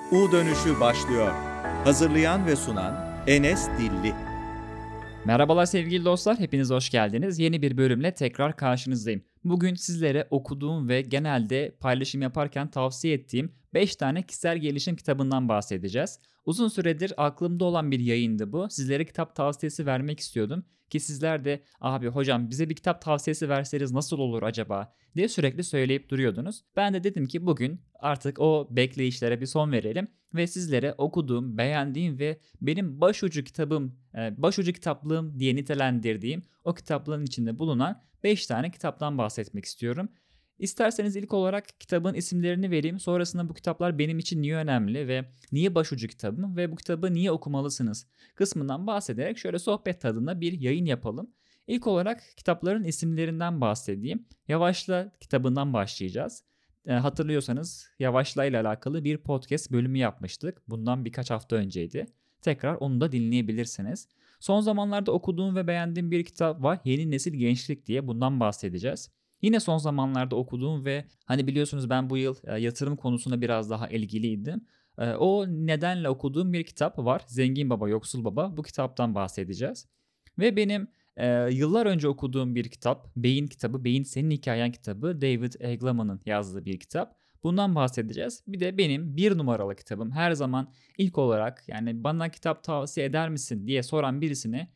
U Dönüşü başlıyor. Hazırlayan ve sunan Enes Dilli. Merhabalar sevgili dostlar, hepiniz hoş geldiniz. Yeni bir bölümle tekrar karşınızdayım. Bugün sizlere okuduğum ve genelde paylaşım yaparken tavsiye ettiğim 5 tane kişisel gelişim kitabından bahsedeceğiz. Uzun süredir aklımda olan bir yayındı bu. Sizlere kitap tavsiyesi vermek istiyordum ki sizler de abi hocam bize bir kitap tavsiyesi verseniz nasıl olur acaba diye sürekli söyleyip duruyordunuz. Ben de dedim ki bugün artık o bekleyişlere bir son verelim ve sizlere okuduğum, beğendiğim ve benim başucu kitaplığım diye nitelendirdiğim o kitaplığın içinde bulunan 5 tane kitaptan bahsetmek istiyorum. İsterseniz ilk olarak kitabın isimlerini vereyim. Sonrasında bu kitaplar benim için niye önemli ve niye başucu kitabım ve bu kitabı niye okumalısınız kısmından bahsederek şöyle sohbet tadında bir yayın yapalım. İlk olarak kitapların isimlerinden bahsedeyim. Yavaşla kitabından başlayacağız. Hatırlıyorsanız Yavaşla ile alakalı bir podcast bölümü yapmıştık. Bundan birkaç hafta önceydi. Tekrar onu da dinleyebilirsiniz. Son zamanlarda okuduğum ve beğendiğim bir kitap var. Yeni Nesil Gençlik diye, bundan bahsedeceğiz. Yine son zamanlarda okuduğum ve hani biliyorsunuz ben bu yıl yatırım konusuna biraz daha ilgiliydim. O nedenle okuduğum bir kitap var. Zengin Baba Yoksul Baba. Bu kitaptan bahsedeceğiz. Ve benim yıllar önce okuduğum bir kitap, Beyin kitabı, Beyin Senin Hikayen kitabı, David Eagleman'ın yazdığı bir kitap. Bundan bahsedeceğiz. Bir de benim bir numaralı kitabım, her zaman ilk olarak yani bana kitap tavsiye eder misin diye soran birisine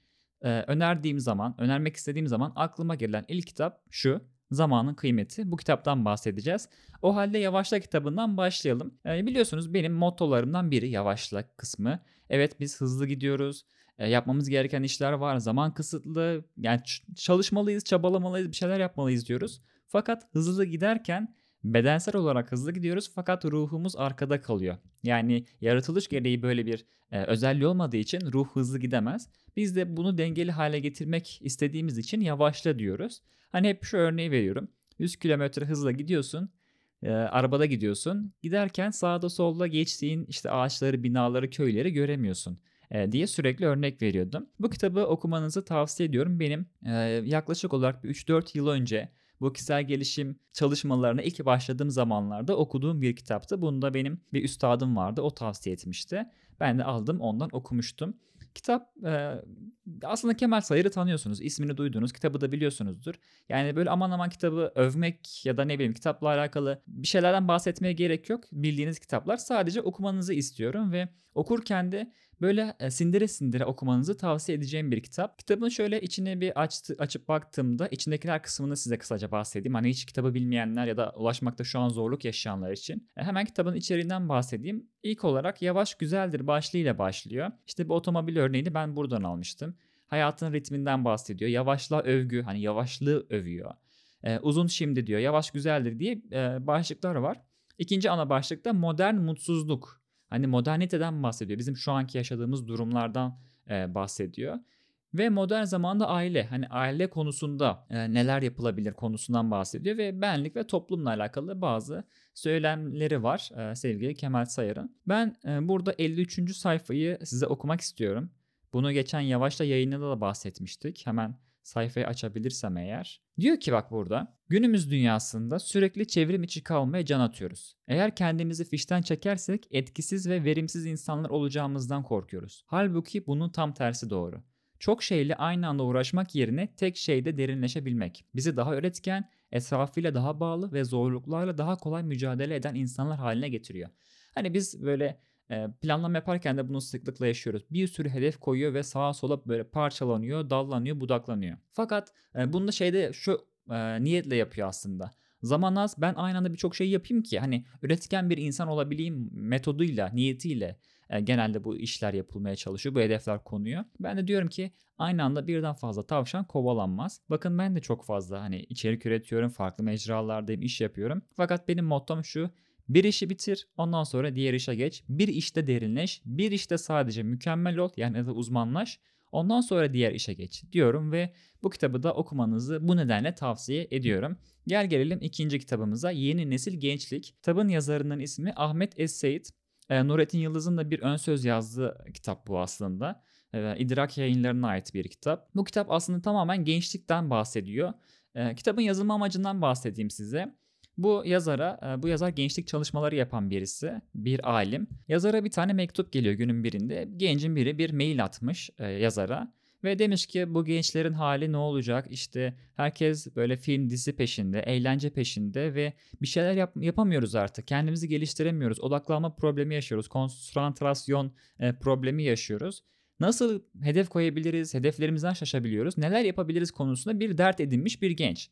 önermek istediğim zaman aklıma gelen ilk kitap şu: Zamanın Kıymeti. Bu kitaptan bahsedeceğiz. O halde Yavaşla kitabından başlayalım. Biliyorsunuz benim mottolarımdan biri yavaşla kısmı. Evet, biz hızlı gidiyoruz. Yapmamız gereken işler var. Zaman kısıtlı. Yani çalışmalıyız, çabalamalıyız, bir şeyler yapmalıyız diyoruz. Fakat hızlı giderken bedensel olarak hızlı gidiyoruz fakat ruhumuz arkada kalıyor. Yani yaratılış gereği böyle bir özelliği olmadığı için ruh hızlı gidemez. Biz de bunu dengeli hale getirmek istediğimiz için yavaşla diyoruz. Hani hep şu örneği veriyorum. 100 kilometre hızla gidiyorsun. Arabada gidiyorsun. Giderken sağda solda geçtiğin işte ağaçları, binaları, köyleri göremiyorsun diye sürekli örnek veriyordum. Bu kitabı okumanızı tavsiye ediyorum. Benim yaklaşık olarak 3-4 yıl önce bu kişisel gelişim çalışmalarına ilk başladığım zamanlarda okuduğum bir kitaptı. Bunda benim bir üstadım vardı. O tavsiye etmişti. Ben de aldım, ondan okumuştum. Kitap aslında Kemal Sayır'ı tanıyorsunuz. İsmini duydunuz. Kitabı da biliyorsunuzdur. Yani böyle aman aman kitabı övmek ya da ne bileyim kitapla alakalı bir şeylerden bahsetmeye gerek yok. Bildiğiniz kitaplar. Sadece okumanızı istiyorum ve okurken de böyle sindire sindire okumanızı tavsiye edeceğim bir kitap. Kitabın şöyle içine bir açıp baktığımda içindekiler kısmını size kısaca bahsedeyim. Hani hiç kitabı bilmeyenler ya da ulaşmakta şu an zorluk yaşayanlar için. Hemen kitabın içeriğinden bahsedeyim. İlk olarak Yavaş Güzeldir başlığıyla başlıyor. İşte bu otomobil örneğini ben buradan almıştım. Hayatın ritminden bahsediyor. Yavaşla övgü, hani yavaşlığı övüyor. Uzun şimdi diyor, yavaş güzeldir diye başlıklar var. İkinci ana başlıkta modern mutsuzluk. Hani moderniteden bahsediyor. Bizim şu anki yaşadığımız durumlardan bahsediyor. Ve modern zamanda aile, hani aile konusunda neler yapılabilir konusundan bahsediyor ve benlik ve toplumla alakalı bazı söylemleri var sevgili Kemal Sayar'ın. Ben burada 53. sayfayı size okumak istiyorum. Bunu geçen Yavaşla yayında da bahsetmiştik. Hemen sayfayı açabilirsem eğer. Diyor ki bak burada: günümüz dünyasında sürekli çevrim içi kalmaya can atıyoruz. Eğer kendimizi fişten çekersek etkisiz ve verimsiz insanlar olacağımızdan korkuyoruz. Halbuki bunun tam tersi doğru. Çok şeyle aynı anda uğraşmak yerine tek şeyde derinleşebilmek bizi daha üretken, etrafıyla daha bağlı ve zorluklarla daha kolay mücadele eden insanlar haline getiriyor. Hani biz böyle planlama yaparken de bunu sıklıkla yaşıyoruz. Bir sürü hedef koyuyor ve sağa sola böyle parçalanıyor, dallanıyor, budaklanıyor. Fakat bunu da niyetle yapıyor aslında. Zaman az, ben aynı anda birçok şey yapayım ki hani üretken bir insan olabileyim metoduyla, niyetiyle genelde bu işler yapılmaya çalışıyor. Bu hedefler konuyor. Ben de diyorum ki aynı anda birden fazla tavşan kovalanmaz. Bakın ben de çok fazla hani içerik üretiyorum, farklı mecralardayım, iş yapıyorum. Fakat benim mottom şu: bir işi bitir, ondan sonra diğer işe geç. Bir işte derinleş, bir işte sadece mükemmel ol yani da uzmanlaş. Ondan sonra diğer işe geç diyorum ve bu kitabı da okumanızı bu nedenle tavsiye ediyorum. Gel gelelim ikinci kitabımıza, Yeni Nesil Gençlik. Kitabın yazarının ismi Ahmet Es-Seyit. Nurettin Yıldız'ın da bir ön söz yazdığı kitap bu aslında. İdrak Yayınları'na ait bir kitap. Bu kitap aslında tamamen gençlikten bahsediyor. Kitabın yazılma amacından bahsedeyim size. Bu yazar gençlik çalışmaları yapan birisi, bir alim. Yazara bir tane mektup geliyor günün birinde. Gencin biri bir mail atmış yazara ve demiş ki bu gençlerin hali ne olacak? İşte herkes böyle film, dizi peşinde, eğlence peşinde ve bir şeyler yapamıyoruz artık. Kendimizi geliştiremiyoruz. Odaklanma problemi yaşıyoruz. Konsantrasyon problemi yaşıyoruz. Nasıl hedef koyabiliriz? Hedeflerimizden şaşabiliyoruz. Neler yapabiliriz konusunda bir dert edinmiş bir genç.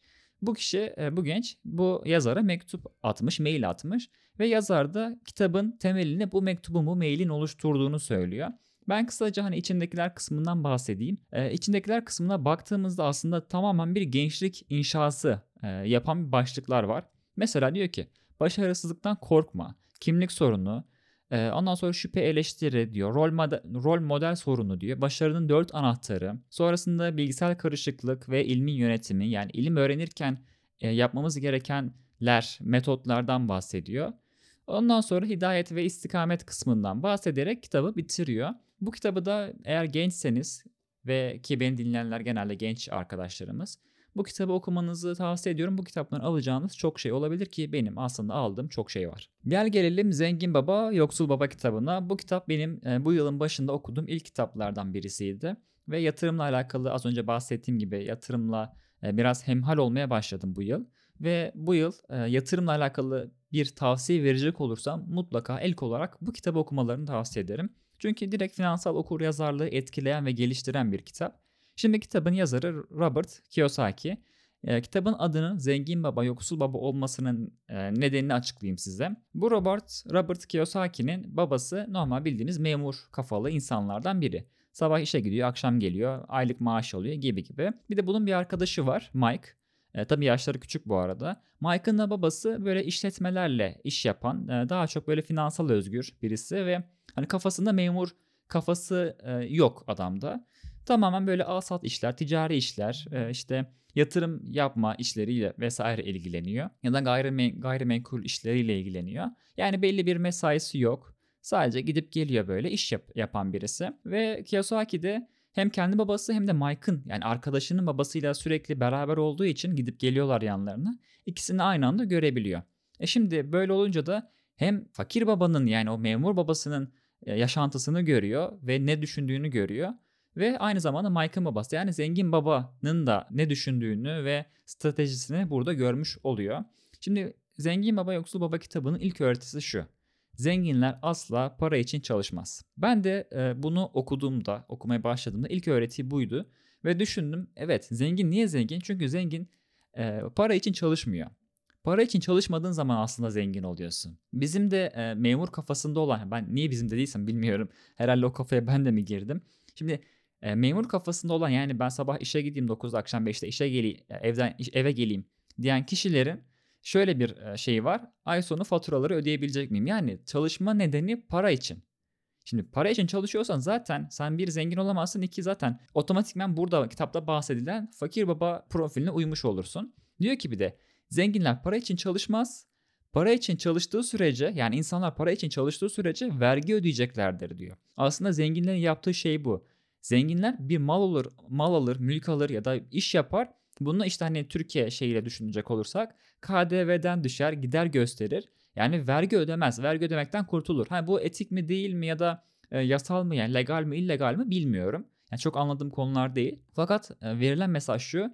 Bu genç bu yazara mektup atmış, mail atmış ve yazar da kitabın temelini bu mektubun, bu mailin oluşturduğunu söylüyor. Ben kısaca hani içindekiler kısmından bahsedeyim. İçindekiler kısmına baktığımızda aslında tamamen bir gençlik inşası yapan başlıklar var. Mesela diyor ki başarısızlıktan korkma, kimlik sorunu, ondan sonra şüphe eleştiri diyor, rol model sorunu diyor, başarının 4 anahtarı, sonrasında bilgisayar karışıklık ve ilmin yönetimi yani ilim öğrenirken yapmamız gerekenler, metotlardan bahsediyor. Ondan sonra hidayet ve istikamet kısmından bahsederek kitabı bitiriyor. Bu kitabı da eğer gençseniz ve ki beni dinleyenler genelde genç arkadaşlarımız bu kitabı okumanızı tavsiye ediyorum. Bu kitaptan alacağınız çok şey olabilir ki benim aslında aldığım çok şey var. Gel gelelim Zengin Baba, Yoksul Baba kitabına. Bu kitap benim bu yılın başında okuduğum ilk kitaplardan birisiydi. Ve yatırımla alakalı az önce bahsettiğim gibi yatırımla biraz hemhal olmaya başladım bu yıl. Ve bu yıl yatırımla alakalı bir tavsiye verecek olursam mutlaka ilk olarak bu kitabı okumalarını tavsiye ederim. Çünkü direkt finansal okuryazarlığı etkileyen ve geliştiren bir kitap. Şimdi kitabın yazarı Robert Kiyosaki. Kitabın adının Zengin Baba, Yoksul Baba olmasının nedenini açıklayayım size. Bu Robert Kiyosaki'nin babası normal bildiğiniz memur kafalı insanlardan biri. Sabah işe gidiyor, akşam geliyor, aylık maaş alıyor gibi gibi. Bir de bunun bir arkadaşı var, Mike. Tabii yaşları küçük bu arada. Mike'ın da babası böyle işletmelerle iş yapan, daha çok böyle finansal özgür birisi ve hani kafasında memur kafası yok adamda. Tamamen böyle alsat işler, ticari işler, işte yatırım yapma işleriyle vesaire ilgileniyor. Ya da gayrimenkul işleriyle ilgileniyor. Yani belli bir mesaisi yok. Sadece gidip geliyor böyle iş yapan birisi. Ve Kiyosaki de hem kendi babası hem de Mike'ın yani arkadaşının babasıyla sürekli beraber olduğu için gidip geliyorlar yanlarına. İkisini aynı anda görebiliyor. Şimdi böyle olunca da hem fakir babanın yani o memur babasının yaşantısını görüyor ve ne düşündüğünü görüyor. Ve aynı zamanda Mike'ın babası yani zengin babanın da ne düşündüğünü ve stratejisini burada görmüş oluyor. Şimdi Zengin Baba Yoksul Baba kitabının ilk öğretisi şu. Zenginler asla para için çalışmaz. Ben de bunu okumaya başladığımda ilk öğreti buydu. Ve düşündüm evet zengin niye zengin? Çünkü zengin para için çalışmıyor. Para için çalışmadığın zaman aslında zengin oluyorsun. Bizim de memur kafasında olan, ben niye bizim de değilsem bilmiyorum. Herhalde o kafaya ben de mi girdim? Şimdi memur kafasında olan yani ben sabah işe gideyim 9'da akşam 5'te işe geleyim, eve geleyim diyen kişilerin şöyle bir şeyi var. Ay sonu faturaları ödeyebilecek miyim? Yani çalışma nedeni para için. Şimdi para için çalışıyorsan zaten sen bir zengin olamazsın. İki zaten otomatikman burada kitapta bahsedilen fakir baba profiline uymuş olursun. Diyor ki bir de zenginler para için çalışmaz. Para için çalıştığı sürece yani insanlar para için çalıştığı sürece vergi ödeyeceklerdir diyor. Aslında zenginlerin yaptığı şey bu. Zenginler bir mal alır, mülk alır ya da iş yapar. Bunu işte hani Türkiye şeyiyle düşünecek olursak KDV'den düşer, gider gösterir. Yani vergi ödemez. Vergi ödemekten kurtulur. Ha bu etik mi değil mi ya da yasal mı yani legal mi illegal mi bilmiyorum. Yani çok anladığım konular değil. Fakat verilen mesaj şu.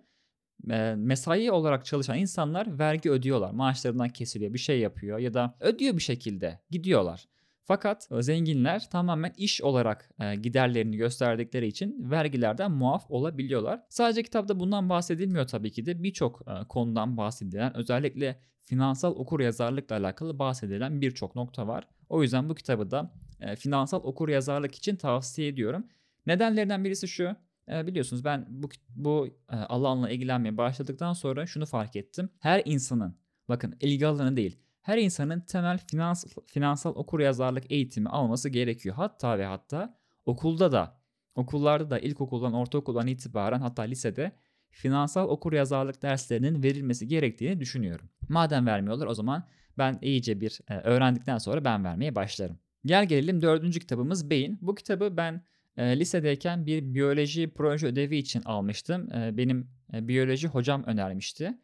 Mesai olarak çalışan insanlar vergi ödüyorlar. Maaşlarından kesiliyor, bir şey yapıyor ya da ödüyor bir şekilde gidiyorlar. Fakat zenginler tamamen iş olarak giderlerini gösterdikleri için vergilerden muaf olabiliyorlar. Sadece kitapta bundan bahsedilmiyor tabii ki de birçok konudan bahsedilen özellikle finansal okuryazarlıkla alakalı bahsedilen birçok nokta var. O yüzden bu kitabı da finansal okuryazarlık için tavsiye ediyorum. Nedenlerinden birisi şu. Biliyorsunuz ben bu alanla ilgilenmeye başladıktan sonra şunu fark ettim. Her insanın, bakın ilgi alanı değil, her insanın temel finansal okuryazarlık eğitimi alması gerekiyor. Hatta ve hatta okullarda da ilkokuldan, ortaokuldan itibaren hatta lisede finansal okuryazarlık derslerinin verilmesi gerektiğini düşünüyorum. Madem vermiyorlar o zaman ben iyice bir öğrendikten sonra ben vermeye başlarım. Gel gelelim 4. kitabımız Beyin. Bu kitabı ben lisedeyken bir biyoloji proje ödevi için almıştım. Benim biyoloji hocam önermişti.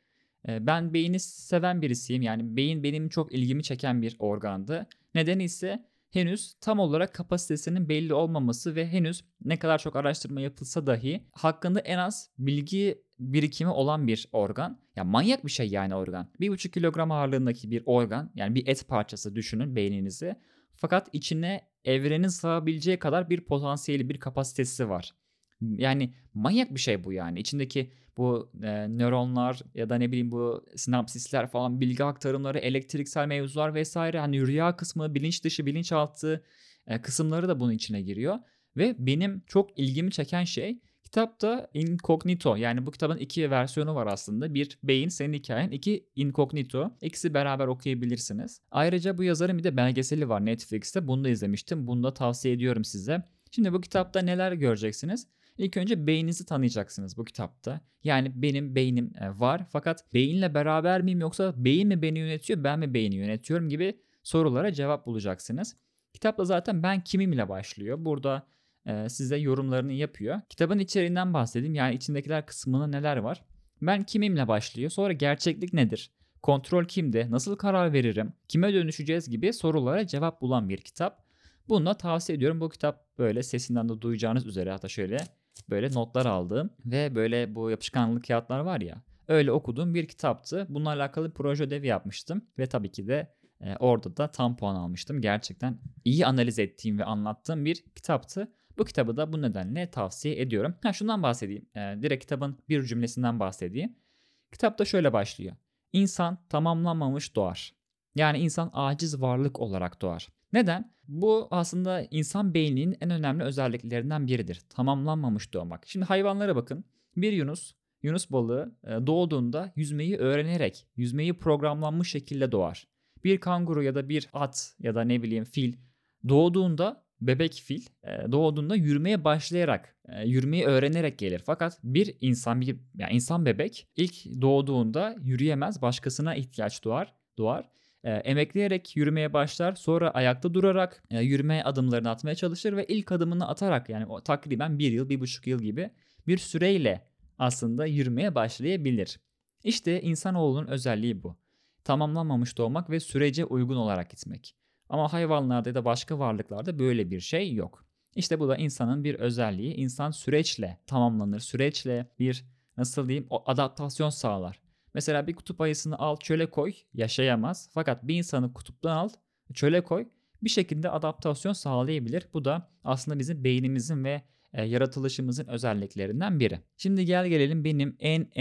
Ben beyni seven birisiyim. Yani beyin benim çok ilgimi çeken bir organdı. Nedeni ise henüz tam olarak kapasitesinin belli olmaması ve henüz ne kadar çok araştırma yapılsa dahi hakkında en az bilgi birikimi olan bir organ. Ya manyak bir şey yani organ. 1,5 kilogram ağırlığındaki bir organ, yani bir et parçası düşünün beyninizi. Fakat içine evrenin sığabileceği kadar bir potansiyeli, bir kapasitesi var. Yani manyak bir şey bu yani. İçindeki bu nöronlar ya da ne bileyim bu sinapsisler falan, bilgi aktarımları, elektriksel mevzular vesaire, hani rüya kısmı, bilinç dışı, bilinçaltı kısımları da bunun içine giriyor. Ve benim çok ilgimi çeken şey, kitapta incognito, yani bu kitabın 2 versiyonu var aslında. Bir beyin senin hikayen, 2 incognito. İkisi beraber okuyabilirsiniz. Ayrıca bu yazarın bir de belgeseli var Netflix'te. Bunu da izlemiştim. Bunu da tavsiye ediyorum size. Şimdi bu kitapta neler göreceksiniz? İlk önce beyninizi tanıyacaksınız bu kitapta. Yani benim beynim var, fakat beyinle beraber miyim, yoksa beyin mi beni yönetiyor, ben mi beyni yönetiyorum gibi sorulara cevap bulacaksınız. Kitapta zaten ben kimim ile başlıyor. Burada size yorumlarını yapıyor. Kitabın içeriğinden bahsedeyim. Yani içindekiler kısmında neler var? Ben kimimle başlıyor. Sonra gerçeklik nedir? Kontrol kimde? Nasıl karar veririm? Kime dönüşeceğiz gibi sorulara cevap bulan bir kitap. Bunu da tavsiye ediyorum. Bu kitap böyle sesinden de duyacağınız üzere, hatta şöyle böyle notlar aldığım ve böyle bu yapışkanlı kağıtlar var ya, öyle okuduğum bir kitaptı. Bununla alakalı bir proje ödevi yapmıştım ve tabii ki de orada da tam puan almıştım. Gerçekten iyi analiz ettiğim ve anlattığım bir kitaptı. Bu kitabı da bu nedenle tavsiye ediyorum. Şundan bahsedeyim. Direkt kitabın bir cümlesinden bahsedeyim. Kitapta şöyle başlıyor. İnsan tamamlanmamış doğar. Yani insan aciz varlık olarak doğar. Neden? Bu aslında insan beyninin en önemli özelliklerinden biridir. Tamamlanmamış doğmak. Şimdi hayvanlara bakın. Bir Yunus balığı doğduğunda yüzmeyi öğrenerek, yüzmeyi programlanmış şekilde doğar. Bir kanguru ya da bir at ya da ne bileyim fil doğduğunda, bebek fil doğduğunda yürümeye başlayarak, yürümeyi öğrenerek gelir. Fakat bir insan, yani insan bebek ilk doğduğunda yürüyemez, başkasına ihtiyaç doğar. Emekleyerek yürümeye başlar, sonra ayakta durarak yürümeye adımlarını atmaya çalışır ve ilk adımını atarak, yani o takriben 1 yıl, 1,5 yıl gibi bir süreyle aslında yürümeye başlayabilir. İşte insanoğlunun özelliği bu. Tamamlanmamış doğmak ve sürece uygun olarak gitmek. Ama hayvanlarda ya da başka varlıklarda böyle bir şey yok. İşte bu da insanın bir özelliği. İnsan süreçle tamamlanır. Süreçle bir, nasıl diyeyim, o adaptasyon sağlar. Mesela bir kutup ayısını al çöle koy, yaşayamaz. Fakat bir insanı kutuptan al çöle koy, bir şekilde adaptasyon sağlayabilir. Bu da aslında bizim beynimizin ve yaratılışımızın özelliklerinden biri. Şimdi gelelim benim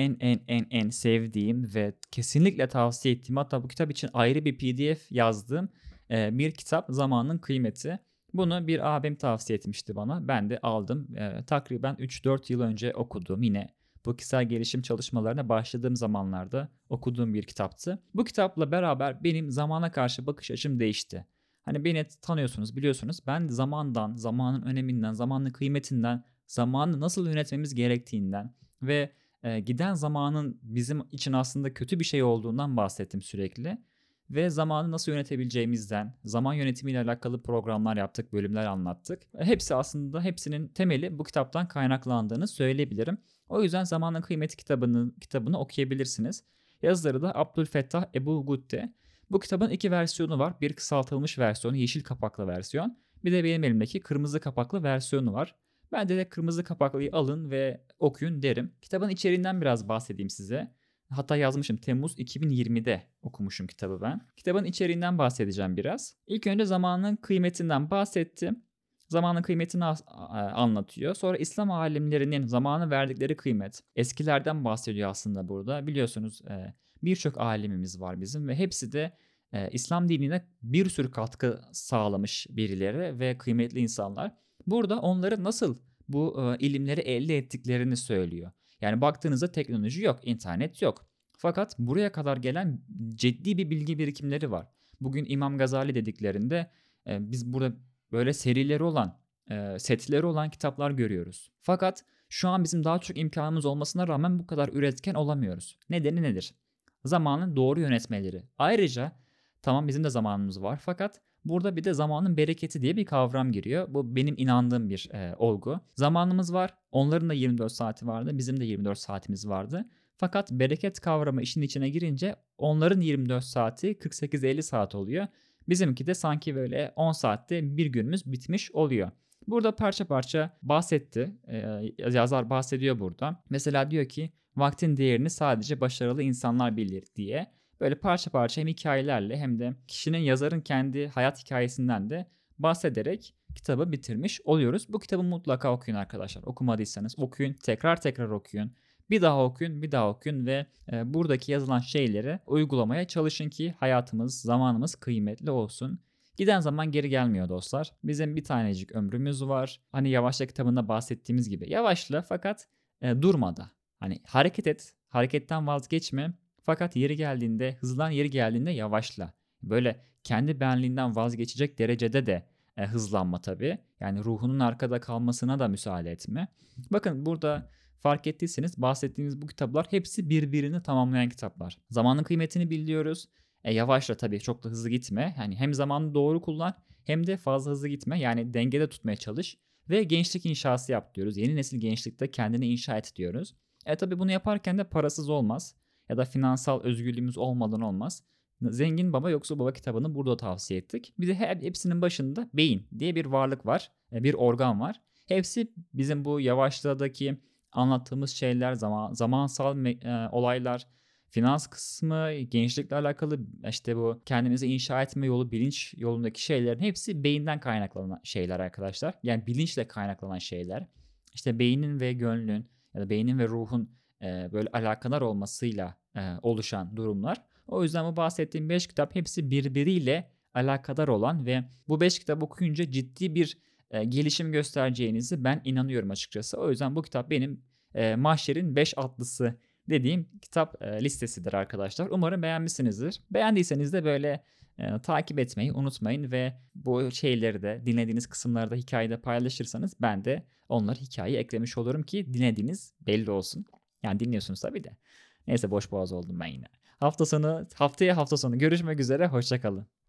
en sevdiğim ve kesinlikle tavsiye ettiğim, hatta bu kitap için ayrı bir PDF yazdığım bir kitap, Zamanın Kıymeti. Bunu bir abim tavsiye etmişti bana. Ben de aldım. Takriben 3-4 yıl önce okuduğum, yine bu kişisel gelişim çalışmalarına başladığım zamanlarda okuduğum bir kitaptı. Bu kitapla beraber benim zamana karşı bakış açım değişti. Hani beni tanıyorsunuz, biliyorsunuz. Ben zamandan, zamanın öneminden, zamanın kıymetinden, zamanı nasıl yönetmemiz gerektiğinden ve giden zamanın bizim için aslında kötü bir şey olduğundan bahsettim sürekli. Ve zamanı nasıl yönetebileceğimizden, zaman yönetimiyle alakalı programlar yaptık, bölümler anlattık. Hepsi aslında, hepsinin temeli bu kitaptan kaynaklandığını söyleyebilirim. O yüzden Zamanın Kıymeti kitabını okuyabilirsiniz. Yazarı da Abdülfettah Ebu Gütte. Bu kitabın 2 versiyonu var. Bir kısaltılmış versiyonu, yeşil kapaklı versiyon. Bir de benim elimdeki kırmızı kapaklı versiyonu var. Ben de kırmızı kapaklıyı alın ve okuyun derim. Kitabın içeriğinden biraz bahsedeyim size. Hatta yazmışım, Temmuz 2020'de okumuşum kitabı ben. Kitabın içeriğinden bahsedeceğim biraz. İlk önce zamanın kıymetinden bahsettim. Zamanın kıymetini anlatıyor. Sonra İslam alimlerinin zamanı verdikleri kıymet. Eskilerden bahsediyor aslında burada. Biliyorsunuz birçok alimimiz var bizim ve hepsi de İslam dinine bir sürü katkı sağlamış birileri ve kıymetli insanlar. Burada onların nasıl bu ilimleri elde ettiklerini söylüyor. Yani baktığınızda teknoloji yok, internet yok. Fakat buraya kadar gelen ciddi bir bilgi birikimleri var. Bugün İmam Gazali dediklerinde biz burada böyle serileri olan, setleri olan kitaplar görüyoruz. Fakat şu an bizim daha çok imkanımız olmasına rağmen bu kadar üretken olamıyoruz. Nedeni nedir? Zamanın doğru yönetmeleri. Ayrıca tamam, bizim de zamanımız var, fakat burada bir de zamanın bereketi diye bir kavram giriyor. Bu benim inandığım bir olgu. Zamanımız var. Onların da 24 saati vardı. Bizim de 24 saatimiz vardı. Fakat bereket kavramı işin içine girince onların 24 saati 48-50 saat oluyor. Bizimki de sanki böyle 10 saatte bir günümüz bitmiş oluyor. Burada parça parça bahsetti. Yazar bahsediyor burada. Mesela diyor ki vaktin değerini sadece başarılı insanlar bilir diye. Böyle parça parça hem hikayelerle hem de kişinin yazarın kendi hayat hikayesinden de bahsederek kitabı bitirmiş oluyoruz. Bu kitabı mutlaka okuyun arkadaşlar. Okumadıysanız okuyun, tekrar tekrar okuyun. Bir daha okuyun, bir daha okuyun ve buradaki yazılan şeyleri uygulamaya çalışın ki hayatımız, zamanımız kıymetli olsun. Giden zaman geri gelmiyor dostlar. Bizim bir tanecik ömrümüz var. Hani Yavaşla kitabında bahsettiğimiz gibi. Yavaşla fakat durma da. Hani hareket et, hareketten vazgeçme. Fakat yeri geldiğinde, hızlan yeri geldiğinde yavaşla. Böyle kendi benliğinden vazgeçecek derecede de hızlanma tabii. Yani ruhunun arkada kalmasına da müsaade etme. Bakın burada fark ettiyseniz bahsettiğimiz bu kitaplar hepsi birbirini tamamlayan kitaplar. Zamanın kıymetini biliyoruz. Yavaşla tabii, çok da hızlı gitme. Yani hem zamanı doğru kullan hem de fazla hızlı gitme. Yani dengede tutmaya çalış. Ve gençlik inşası yap diyoruz. Yeni nesil gençlikte kendini inşa et diyoruz. Tabii bunu yaparken de parasız olmaz. Ya da finansal özgürlüğümüz olmadan olmaz. Zengin Baba Yoksul Baba kitabını burada tavsiye ettik. Bir de hepsinin başında beyin diye bir varlık var. Bir organ var. Hepsi bizim bu Yavaşla'daki anlattığımız şeyler, zamansal olaylar, finans kısmı, gençlikle alakalı işte bu kendimizi inşa etme yolu, bilinç yolundaki şeylerin hepsi beyinden kaynaklanan şeyler arkadaşlar. Yani bilinçle kaynaklanan şeyler. İşte beynin ve gönlün ya da beynin ve ruhun böyle alakadar olmasıyla oluşan durumlar. O yüzden bu bahsettiğim 5 kitap hepsi birbiriyle alakadar olan ve bu 5 kitap okuyunca ciddi bir gelişim göstereceğinizi ben inanıyorum açıkçası. O yüzden bu kitap benim Mahşer'in 5 atlısı dediğim kitap listesidir arkadaşlar. Umarım beğenmişsinizdir. Beğendiyseniz de böyle takip etmeyi unutmayın ve bu şeyleri de dinlediğiniz kısımlarda hikayede paylaşırsanız ben de onları hikayeye eklemiş olurum ki dinlediğiniz belli olsun. Yani dinliyorsunuz tabii de. Neyse, boş boğaz oldum ben yine. Haftaya hafta sonu görüşmek üzere. Hoşça kalın.